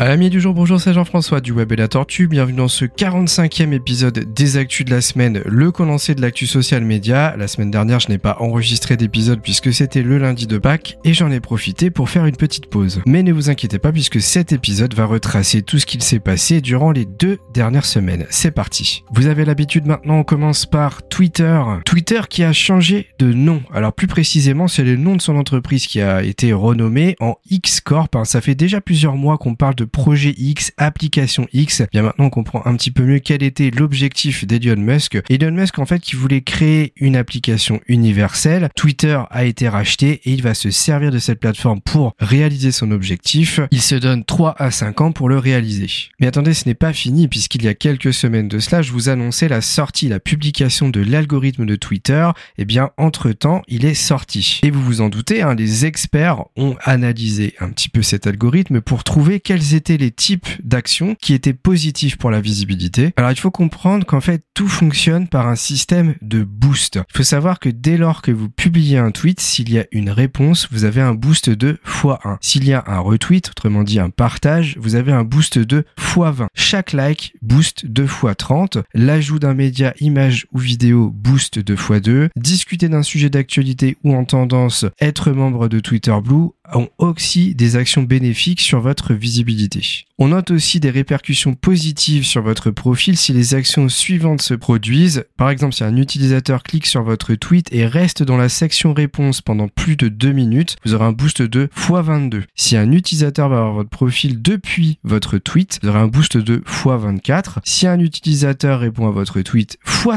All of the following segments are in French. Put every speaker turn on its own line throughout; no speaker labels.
À l'ami du jour, bonjour, c'est Jean-François du Web et la Tortue, bienvenue dans ce 45e épisode des Actus de la semaine, le condensé de l'actu social média. La semaine dernière, je n'ai pas enregistré d'épisode puisque c'était le lundi de Pâques et j'en ai profité pour faire une petite pause. Mais ne vous inquiétez pas puisque cet épisode va retracer tout ce qu'il s'est passé durant les 2 dernières semaines. C'est parti. Vous avez l'habitude maintenant, on commence par Twitter. Twitter qui a changé de nom. Alors plus précisément, c'est le nom de son entreprise qui a été renommé en X Corp. Ça fait déjà plusieurs mois qu'on parle de projet X, application X. Bien maintenant on comprend un petit peu mieux quel était l'objectif d'Elon Musk. Elon Musk en fait qui voulait créer une application universelle. Twitter a été racheté et il va se servir de cette plateforme pour réaliser son objectif. Il se donne 3 à 5 ans pour le réaliser. Mais attendez, ce n'est pas fini puisqu'il y a quelques semaines de cela, je vous annonçais la publication de l'algorithme de Twitter. Eh bien entre-temps, il est sorti. Et vous vous en doutez, les experts ont analysé un petit peu cet algorithme pour trouver quels étaient les types d'actions qui étaient positifs pour la visibilité. Alors il faut comprendre qu'en fait tout fonctionne par un système de boost. Il faut savoir que dès lors que vous publiez un tweet, s'il y a une réponse, vous avez un boost de x1. S'il y a un retweet, autrement dit un partage, vous avez un boost de x20. Chaque like boost de x30. L'ajout d'un média image ou vidéo boost de x2. Discuter d'un sujet d'actualité ou en tendance, être membre de Twitter Blue ont aussi des actions bénéfiques sur votre visibilité. On note aussi des répercussions positives sur votre profil si les actions suivantes se produisent. Par exemple, si un utilisateur clique sur votre tweet et reste dans la section réponse pendant plus de 2 minutes, vous aurez un boost de x22. Si un utilisateur va voir votre profil depuis votre tweet, vous aurez un boost de x24. Si un utilisateur répond à votre tweet,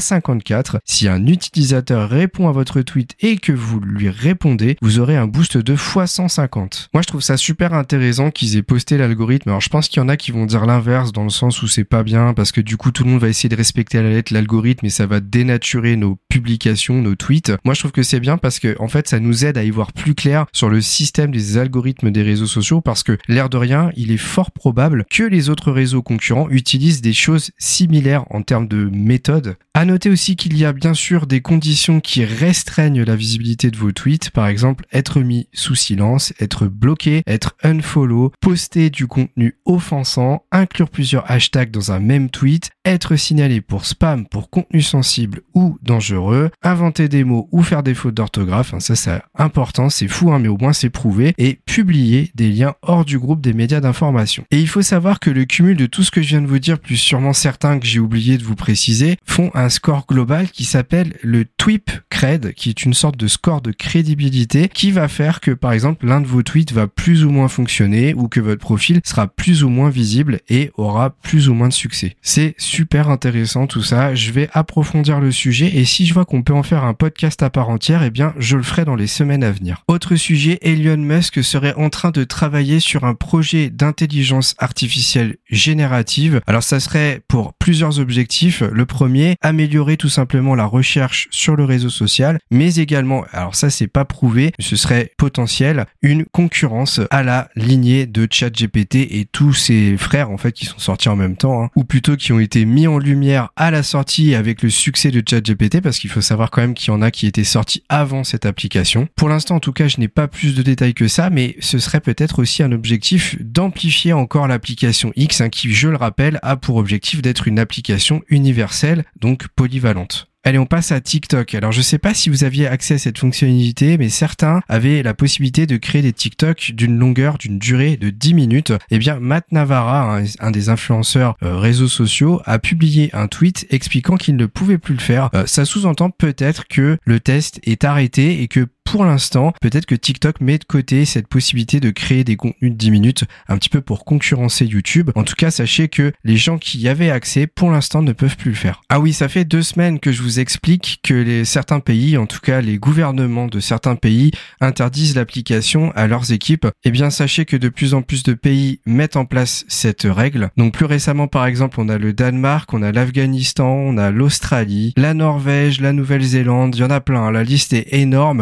x54. Si un utilisateur répond à votre tweet et que vous lui répondez, vous aurez un boost de x150. Moi, je trouve ça super intéressant qu'ils aient posté l'algorithme. Alors, je pense qu'il y en a qui vont dire l'inverse dans le sens où c'est pas bien parce que du coup, tout le monde va essayer de respecter à la lettre l'algorithme et ça va dénaturer nos publications, nos tweets. Moi, je trouve que c'est bien parce que, en fait, ça nous aide à y voir plus clair sur le système des algorithmes des réseaux sociaux parce que, l'air de rien, il est fort probable que les autres réseaux concurrents utilisent des choses similaires en termes de méthode. À noter aussi qu'il y a bien sûr des conditions qui restreignent la visibilité de vos tweets. Par exemple, être mis sous silence, être bloqué, être unfollow, poster du contenu offensant, inclure plusieurs hashtags dans un même tweet, être signalé pour spam, pour contenu sensible ou dangereux, inventer des mots ou faire des fautes d'orthographe, ça c'est important, c'est fou mais au moins c'est prouvé, et publier des liens hors du groupe des médias d'information. Et il faut savoir que le cumul de tout ce que je viens de vous dire, plus sûrement certains que j'ai oublié de vous préciser, font un score global qui s'appelle le TWIP Cred, qui est une sorte de score de crédibilité qui va faire que par exemple l'un de vos tweets va plus ou moins fonctionner ou que votre profil sera plus ou moins visible et aura plus ou moins de succès. C'est super intéressant tout ça, je vais approfondir le sujet et si je vois qu'on peut en faire un podcast à part entière, eh bien je le ferai dans les semaines à venir. Autre sujet, Elon Musk serait en train de travailler sur un projet d'intelligence artificielle générative. Alors ça serait pour plusieurs objectifs. Le premier, améliorer tout simplement la recherche sur le réseau social, mais également, alors ça c'est pas prouvé, ce serait potentiel, une concurrence à la lignée de ChatGPT et tous ses frères en fait qui sont sortis en même temps, ou plutôt qui ont été mis en lumière à la sortie avec le succès de ChatGPT parce qu'il faut savoir quand même qu'il y en a qui étaient sortis avant cette application. Pour l'instant en tout cas je n'ai pas plus de détails que ça, mais ce serait peut-être aussi un objectif d'amplifier encore l'application X qui, je le rappelle, a pour objectif d'être une application universelle, donc polyvalente. Allez, on passe à TikTok. Alors, je sais pas si vous aviez accès à cette fonctionnalité, mais certains avaient la possibilité de créer des TikTok d'une durée de 10 minutes. Eh bien, Matt Navarra, un des influenceurs réseaux sociaux, a publié un tweet expliquant qu'il ne pouvait plus le faire. Ça sous-entend peut-être que le test est arrêté et que pour l'instant, peut-être que TikTok met de côté cette possibilité de créer des contenus de 10 minutes un petit peu pour concurrencer YouTube. En tout cas, sachez que les gens qui y avaient accès, pour l'instant, ne peuvent plus le faire. Ah oui, ça fait 2 semaines que je vous explique que certains pays, en tout cas les gouvernements de certains pays, interdisent l'application à leurs équipes. Eh bien, sachez que de plus en plus de pays mettent en place cette règle. Donc plus récemment, par exemple, on a le Danemark, on a l'Afghanistan, on a l'Australie, la Norvège, la Nouvelle-Zélande, il y en a plein, la liste est énorme. Alors, il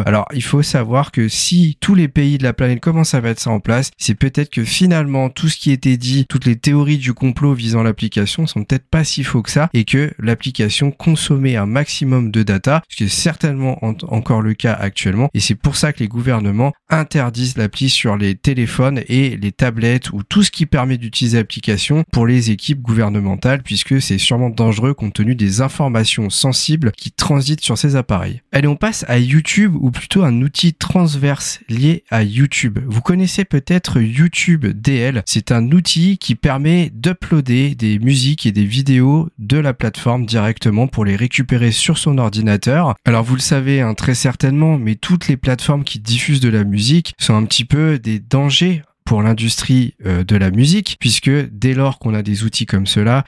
il faut savoir que si tous les pays de la planète commencent à mettre ça en place, c'est peut-être que finalement tout ce qui était dit, toutes les théories du complot visant l'application sont peut-être pas si faux que ça et que l'application consommait un maximum de data, ce qui est certainement encore le cas actuellement, et c'est pour ça que les gouvernements interdisent l'appli sur les téléphones et les tablettes ou tout ce qui permet d'utiliser l'application pour les équipes gouvernementales, puisque c'est sûrement dangereux compte tenu des informations sensibles qui transitent sur ces appareils. Allez, on passe à YouTube, ou plutôt un outil transverse lié à YouTube. Vous connaissez peut-être YouTube DL. C'est un outil qui permet d'uploader des musiques et des vidéos de la plateforme directement pour les récupérer sur son ordinateur. Alors vous le savez très certainement, mais toutes les plateformes qui diffusent de la musique sont un petit peu des dangers pour l'industrie de la musique, puisque dès lors qu'on a des outils comme cela,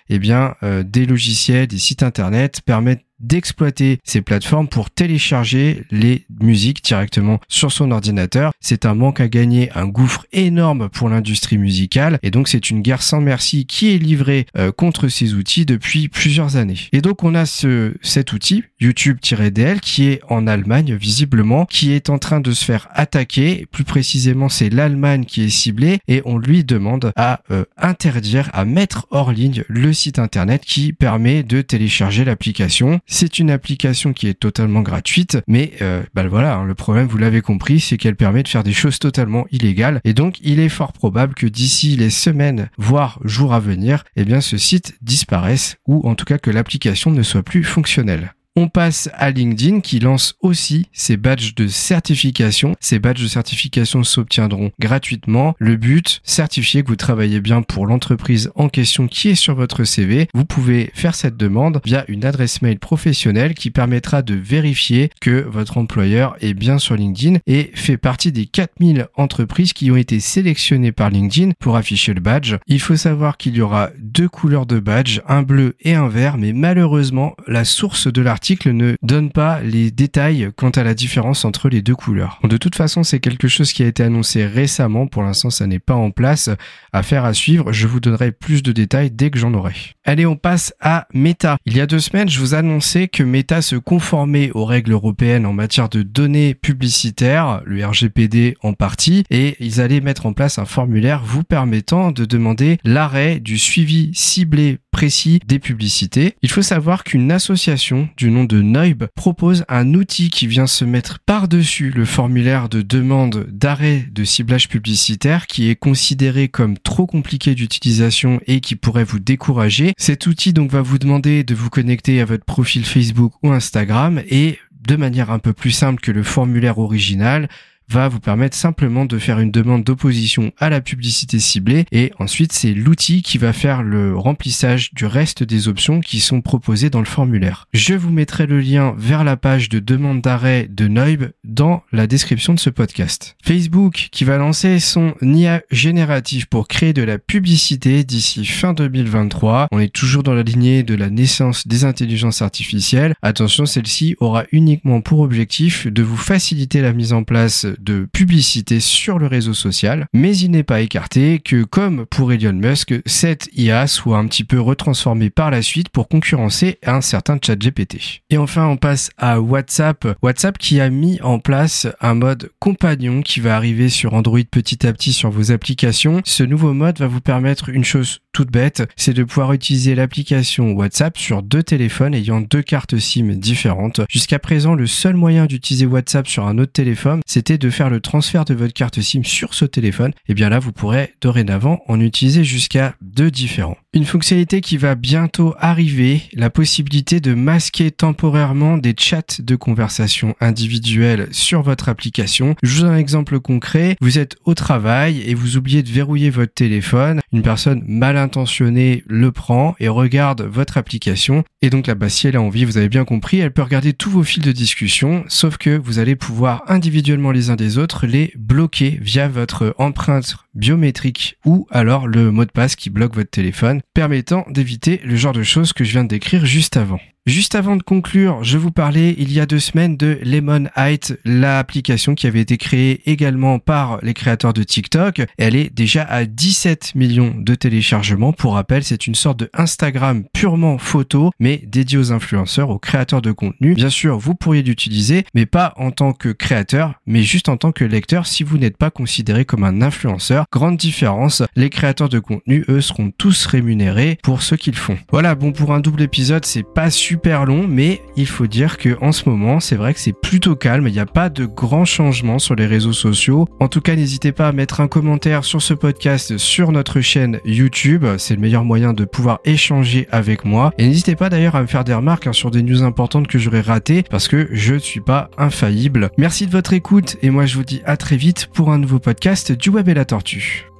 des logiciels, des sites internet permettent d'exploiter ces plateformes pour télécharger les musiques directement sur son ordinateur. C'est un manque à gagner, un gouffre énorme pour l'industrie musicale, et donc c'est une guerre sans merci qui est livrée contre ces outils depuis plusieurs années. Et donc on a cet outil, YouTube-DL, qui est en Allemagne visiblement, qui est en train de se faire attaquer. Plus précisément, c'est l'Allemagne qui est ciblée, et on lui demande à interdire, à mettre hors ligne le site internet qui permet de télécharger l'application. C'est une application qui est totalement gratuite, mais le problème, vous l'avez compris, c'est qu'elle permet de faire des choses totalement illégales, et donc il est fort probable que d'ici les semaines, voire jours à venir, ce site disparaisse, ou en tout cas que l'application ne soit plus fonctionnelle. On passe à LinkedIn qui lance aussi ses badges de certification. Ces badges de certification s'obtiendront gratuitement. Le but, certifier que vous travaillez bien pour l'entreprise en question qui est sur votre CV. Vous pouvez faire cette demande via une adresse mail professionnelle qui permettra de vérifier que votre employeur est bien sur LinkedIn et fait partie des 4000 entreprises qui ont été sélectionnées par LinkedIn pour afficher le badge. Il faut savoir qu'il y aura 2 couleurs de badge, un bleu et un vert, mais malheureusement, la source de l'article ne donne pas les détails quant à la différence entre les 2 couleurs. De toute façon, c'est quelque chose qui a été annoncé récemment. Pour l'instant, ça n'est pas en place. Affaire à suivre. Je vous donnerai plus de détails dès que j'en aurai. Allez, on passe à Meta. Il y a 2 semaines, je vous annonçais que Meta se conformait aux règles européennes en matière de données publicitaires, le RGPD en partie, et ils allaient mettre en place un formulaire vous permettant de demander l'arrêt du suivi ciblé précis des publicités. Il faut savoir qu'une association du nom de Neub propose un outil qui vient se mettre par-dessus le formulaire de demande d'arrêt de ciblage publicitaire qui est considéré comme trop compliqué d'utilisation et qui pourrait vous décourager. Cet outil donc va vous demander de vous connecter à votre profil Facebook ou Instagram et de manière un peu plus simple que le formulaire original, va vous permettre simplement de faire une demande d'opposition à la publicité ciblée et ensuite c'est l'outil qui va faire le remplissage du reste des options qui sont proposées dans le formulaire. Je vous mettrai le lien vers la page de demande d'arrêt de Neub dans la description de ce podcast. Facebook qui va lancer son IA générative pour créer de la publicité d'ici fin 2023. On est toujours dans la lignée de la naissance des intelligences artificielles. Attention, celle-ci aura uniquement pour objectif de vous faciliter la mise en place de publicité sur le réseau social, mais il n'est pas écarté que, comme pour Elon Musk, cette IA soit un petit peu retransformée par la suite pour concurrencer un certain ChatGPT. Et enfin, on passe à WhatsApp. WhatsApp qui a mis en place un mode compagnon qui va arriver sur Android petit à petit sur vos applications. Ce nouveau mode va vous permettre une chose toute bête, c'est de pouvoir utiliser l'application WhatsApp sur 2 téléphones ayant 2 cartes SIM différentes. Jusqu'à présent, le seul moyen d'utiliser WhatsApp sur un autre téléphone, c'était de faire le transfert de votre carte SIM sur ce téléphone. Et bien là, vous pourrez dorénavant en utiliser jusqu'à 2 différents. Une fonctionnalité qui va bientôt arriver, la possibilité de masquer temporairement des chats de conversation individuelle sur votre application. Je vous donne un exemple concret. Vous êtes au travail et vous oubliez de verrouiller votre téléphone. Une personne mal intentionnée le prend et regarde votre application. Et donc là, si elle a envie, vous avez bien compris, elle peut regarder tous vos fils de discussion, sauf que vous allez pouvoir individuellement les uns des autres les bloquer via votre empreinte biométrique ou alors le mot de passe qui bloque votre téléphone, permettant d'éviter le genre de choses que je viens de décrire juste avant. Juste avant de conclure, je vous parlais il y a 2 semaines de Lemonhide, l'application qui avait été créée également par les créateurs de TikTok. Elle est déjà à 17 millions de téléchargements. Pour rappel, c'est une sorte de Instagram purement photo, mais dédié aux influenceurs, aux créateurs de contenu. Bien sûr, vous pourriez l'utiliser, mais pas en tant que créateur, mais juste en tant que lecteur si vous n'êtes pas considéré comme un influenceur. Grande différence, les créateurs de contenu, eux, seront tous rémunérés pour ce qu'ils font. Voilà, bon, pour un double épisode, c'est pas super long, mais il faut dire que en ce moment, c'est vrai que c'est plutôt calme. Il n'y a pas de grands changements sur les réseaux sociaux. En tout cas, n'hésitez pas à mettre un commentaire sur ce podcast sur notre chaîne YouTube. C'est le meilleur moyen de pouvoir échanger avec moi. Et n'hésitez pas d'ailleurs à me faire des remarques sur des news importantes que j'aurais ratées parce que je ne suis pas infaillible. Merci de votre écoute et moi je vous dis à très vite pour un nouveau podcast du Web et la Tortue.